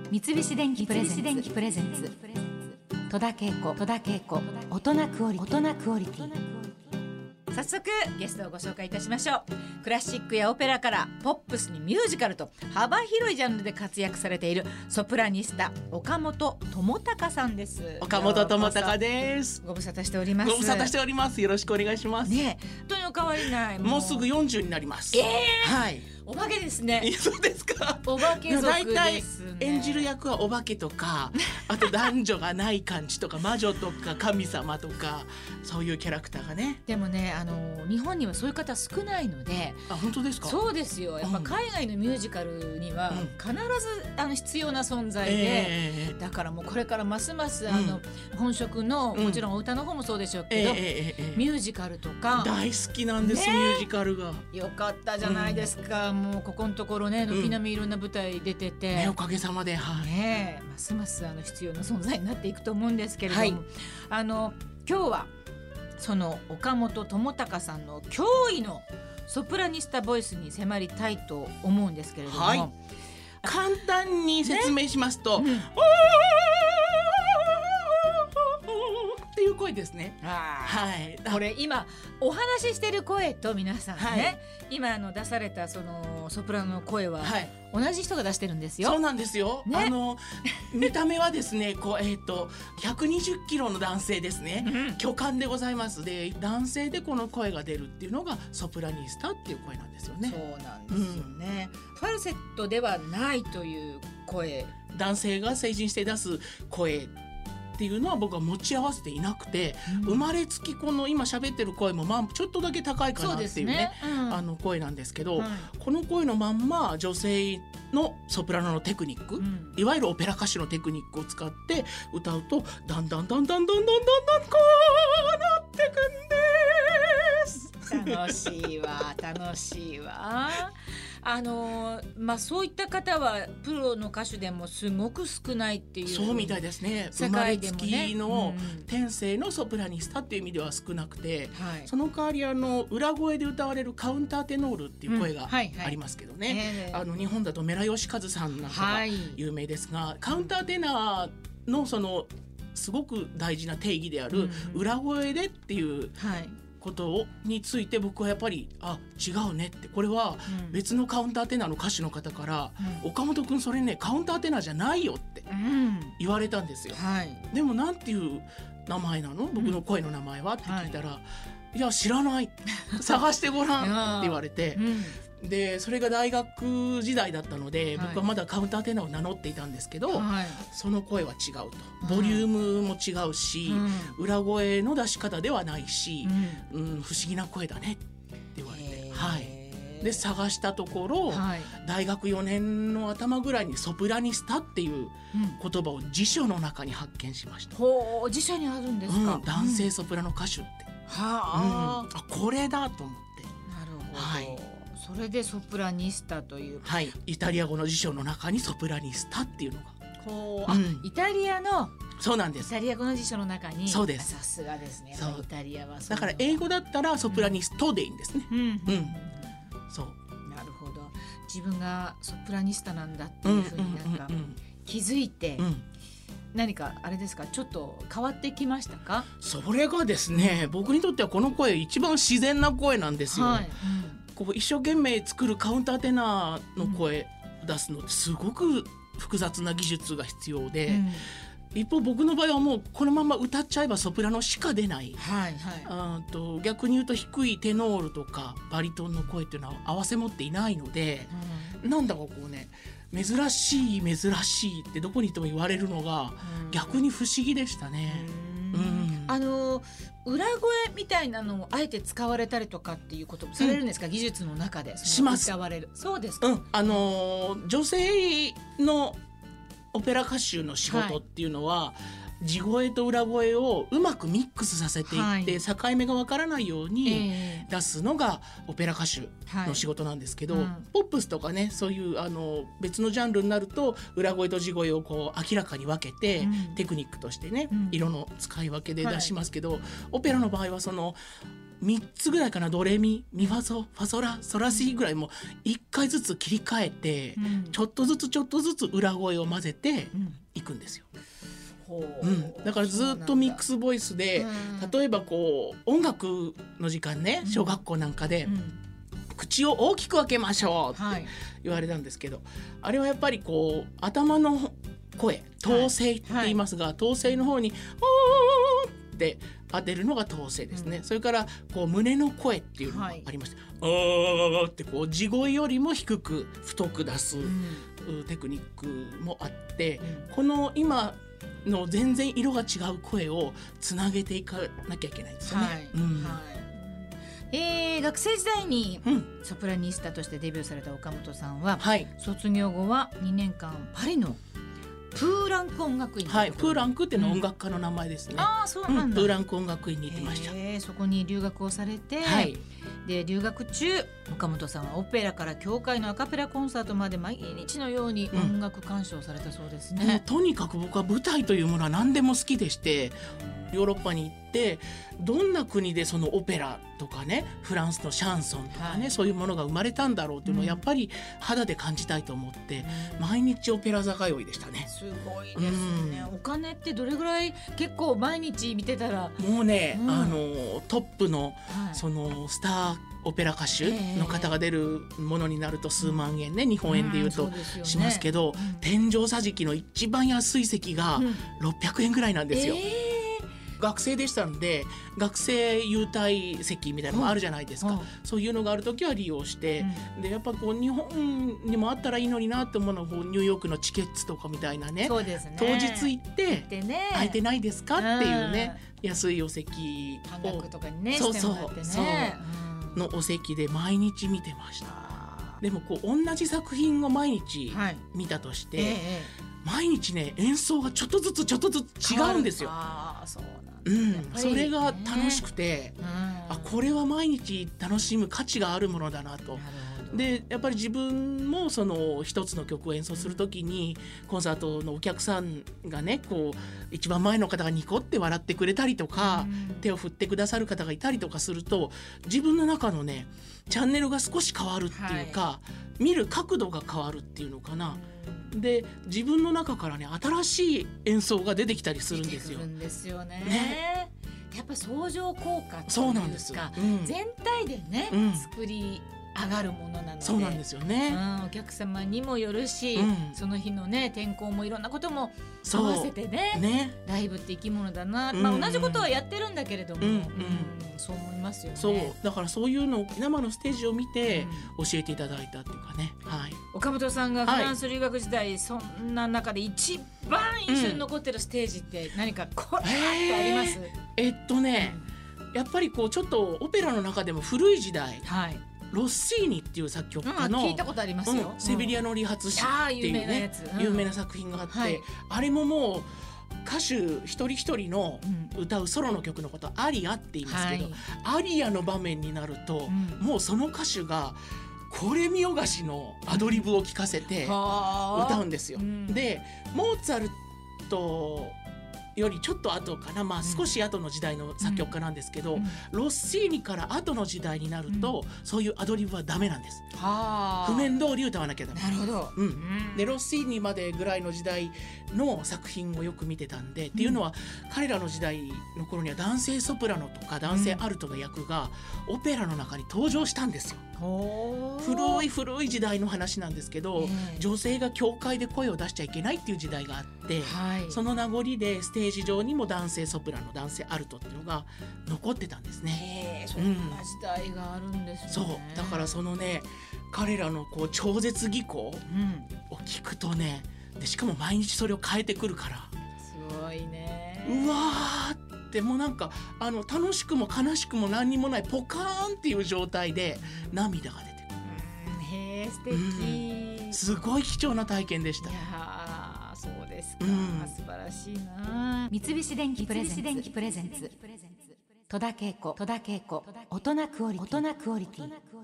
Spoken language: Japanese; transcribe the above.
三菱電機プレゼンツ戸田恵子大人クオリティ。早速ゲストをご紹介いたしましょう。クラシックやオペラからポップスにミュージカルと幅広いジャンルで活躍されているソプラニスタ岡本智隆さんです。 岡本智隆です。 ご無沙汰しております。 ご無沙汰しております。よろしくお願いしますね。本当にお変わりない。 もうすぐ40になります。はい。 お化けですね。 そうですか。 お化け族ですね。 大体演じる役はお化けとか、あと男女がない感じとか魔女とか神様とかそういうキャラクターがね。 でもね、日本にはそういう方少ないので。 あ、本当ですか。 そうですよ。やっぱ海外のミュージカルには必ず必要な存在で、だからもうこれからますます本職のもちろんお歌の方もそうでしょうけど、ミュージカルとか大好きなんです、ミュージカルが。 よかったじゃないですか。もうここのところね、軒並みいろんな舞台出てて、 おかげさまで、 ますます必要な存在になっていくと思うんですけれども、今日はその岡本智隆さんの驚異のソプラニスタボイスに迫りたいと思うんですけれども、 簡単に説明しますと、っていう声ですね。 これ今お話ししてる声と皆さんね、今出されたそのソプラノの声は同じ人が出してるんですよ。 そうなんですよ。見た目はですね、120キロの男性ですね。巨漢でございます。で、男性でこの声が出るっていうのがソプラニスタっていう声なんですよね。 そうなんですよね。ファルセットではないという声。 男性が成人して出す声っていうのは僕は持ち合わせていなくて、生まれつきこの今喋ってる声もちょっとだけ高いかなっていうね、声なんですけど、この声のまんま女性のソプラノのテクニック、いわゆるオペラ歌手のテクニックを使って歌うとだんだんこうなってくんです。 楽しいわ。そういった方はプロの歌手でもすごく少ないっていう。 そうみたいですね。生まれつきの天性のソプラニスタっていう意味では少なくて、その代わり裏声で歌われるカウンターテノールっていう声がありますけどね、日本だとメラヨシカズさんなんかが有名ですが、カウンターテナーのそのすごく大事な定義である裏声でっていうことについて、僕はやっぱり違うねって、これは別のカウンターテナーの歌手の方から、岡本くんそれねカウンターテナーじゃないよって言われたんですよ。でもなんていう名前なの、僕の声の名前はって聞いたら、いや知らない探してごらんって言われて、でそれが大学時代だったので、僕はまだカウンターテナーを名乗っていたんですけど、その声は違うと、ボリュームも違うし、裏声の出し方ではないし、不思議な声だねって言われて、で探したところ、大学4年の頭ぐらいにソプラニスタっていう言葉を辞書の中に発見しました。 辞書にあるんですか。 男性ソプラノ歌手って、これだと思って。 なるほど。それでソプラニスタという、 イタリア語の辞書の中にソプラニスタっていうのが、 イタリアの、 そうなんです。 イタリア語の辞書の中に。 そうです。 さすがですね。イタリアはだから英語だったらソプラニストでいいんですね。そう。 なるほど。自分がソプラニスタなんだっていうふうに気づいて、何かあれですか、ちょっと変わってきましたか。 それがですね、僕にとってはこの声一番自然な声なんですよ。こう一生懸命作るカウンターテナーの声出すのってすごく複雑な技術が必要で、一方僕の場合はもうこのまま歌っちゃえばソプラノしか出ない、逆に言うと低いテノールとかバリトンの声っていうのは合わせ持っていないので、なんだかこうね、珍しいってどこにいても言われるのが逆に不思議でしたね。 裏声みたいなのをあえて使われたりとかっていうこともされるんですか、技術の中で。 します。 使われる。そうですか。 女性のオペラ歌手の仕事っていうのは、地声と裏声をうまくミックスさせていって、境目がわからないように出すのがオペラ歌手の仕事なんですけど、ポップスとかね、そういう別のジャンルになると裏声と地声をこう明らかに分けて、テクニックとしてね、色の使い分けで出しますけど、オペラの場合はその 3つぐらいかな、ドレミミファソファソラソラシぐらいも1回ずつ切り替えて、ちょっとずつ裏声を混ぜていくんですよ。だからずっとミックスボイスで、例えばこう音楽の時間ね、小学校なんかで、口を大きく開けましょうって言われたんですけど、あれはやっぱりこう頭の声、統制って言いますが、統制の方におーって当てるのが統制ですね。それからこう胸の声っていうのがありまして、おーってこう地声よりも低く太く出す、テクニックもあって、この今の全然色が違う声をつなげていかなきゃいけないですよね。 学生時代にソプラニスタとしてデビューされた岡本さんは、卒業後は2年間パリのプーランク音楽院、 プーランクっていうのは音楽家の名前ですね。 そうなんだ。 プーランク音楽院に行ってました。 そこに留学をされて、で留学中岡本さんはオペラから教会のアカペラコンサートまで毎日のように音楽鑑賞されたそうですね。 とにかく僕は舞台というものは何でも好きでして、ヨーロッパに行ってどんな国でそのオペラとかね、フランスのシャンソンとかね、そういうものが生まれたんだろうというのをやっぱり肌で感じたいと思って、毎日オペラ座通いでしたね。 すごいですね。お金ってどれぐらい、結構毎日見てたらもうね、トップのそのスターオペラ歌手の方が出るものになると数万円ね、日本円でいうとしますけど、天井桟敷の一番安い席が600円ぐらいなんですよ。学生でしたんで、学生優待席みたいなのもあるじゃないですか。そういうのがある時は利用して、でやっぱこう日本にもあったらいいのになって思うのは、ニューヨークのチケッツとかみたいなね、当日行って空いてないですかっていうね、安いお席を半額とかにねしてもらってね、 のお席で毎日見てました。でもこう同じ作品を毎日見たとして、毎日ね演奏がちょっとずつ違うんですよ。それが楽しくて、これは毎日楽しむ価値があるものだなと。でやっぱり自分もその一つの曲を演奏するときに、コンサートのお客さんがね、こう一番前の方がニコって笑ってくれたりとか、手を振ってくださる方がいたりとかすると、自分の中のねチャンネルが少し変わるっていうか、見る角度が変わるっていうのかな。で自分の中からね新しい演奏が出てきたりするんですよ。やっぱ相乗効果っていうか、全体でね、作り上がるものなので、そうなんですよね。 お客様にもよるし、その日のね天候もいろんなことも合わせてね、ライブって生き物だな、同じことはやってるんだけれども、そう思いますよね。 そうだからそういうのを生のステージを見て教えていただいたっていうかね。 岡本さんがフランス留学時代、そんな中で一番印象に残ってるステージって何かこれってあります？ やっぱりこうちょっとオペラの中でも古い時代、ロッシーニっていう作曲家の、 聞いたことありますよ、 セビリアの理髪師っていうね、有名な作品があって、あれももう歌手一人一人の歌うソロの曲のことアリアって言いますけど、アリアの場面になると、もうその歌手がこれ見よがしのアドリブを聞かせて歌うんですよ。でモーツァルトよりちょっと後かな、少し後の時代の作曲家なんですけど、ロッシーニから後の時代になると、そういうアドリブはダメなんです。譜面通り歌わなきゃダメ。 なるほど。 でロッシーニまでぐらいの時代の作品をよく見てたんで、っていうのは彼らの時代の頃には男性ソプラノとか男性アルトの役がオペラの中に登場したんですよ。古い時代の話なんですけど、女性が教会で声を出しちゃいけないっていう時代があって、その名残でステージ上にも男性ソプラノ男性アルトっていうのが残ってたんですね。 そんな時代があるんですね。 そうだからそのね彼らのこう超絶技巧を聞くとね、でしかも毎日それを変えてくるからすごいね。 うわーってもうなんか楽しくも悲しくも何にもないポカーンっていう状態で涙が出てくる。 へえ素敵、 すごい貴重な体験でした。 いやそうですか、素晴らしいな。三菱電機プレゼンツ戸田恵子大人クオリティ。